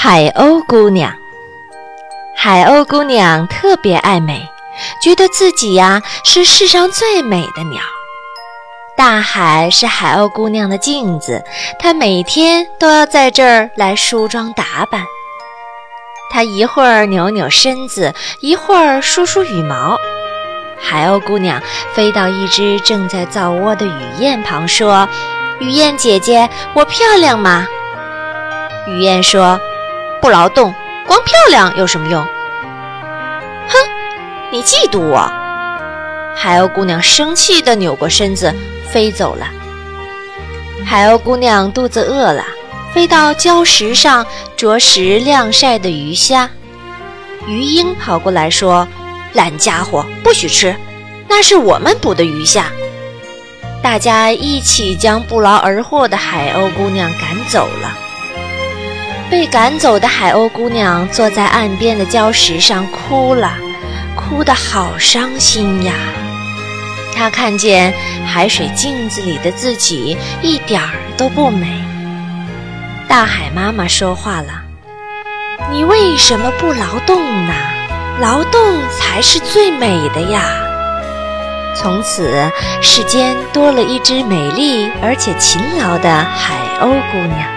海鸥姑娘。海鸥姑娘特别爱美，觉得自己是世上最美的鸟。大海是海鸥姑娘的镜子，她每天都要在这儿来梳妆打扮。她一会儿扭扭身子，一会儿梳梳羽毛。海鸥姑娘飞到一只正在造窝的雨燕旁，说：“雨燕姐姐，我漂亮吗？”雨燕说：“不劳动，光漂亮有什么用？”哼，你嫉妒我！海鸥姑娘生气地扭过身子飞走了。海鸥姑娘肚子饿了，飞到礁石上啄食晾晒的鱼虾。鱼鹰跑过来说：“懒家伙，不许吃，那是我们捕的鱼虾。”大家一起将不劳而获的海鸥姑娘赶走了。被赶走的海鸥姑娘坐在岸边的礁石上哭了，哭得好伤心呀。她看见海水镜子里的自己一点儿都不美。大海妈妈说话了：“你为什么不劳动呢？劳动才是最美的呀！”从此，世间多了一只美丽而且勤劳的海鸥姑娘。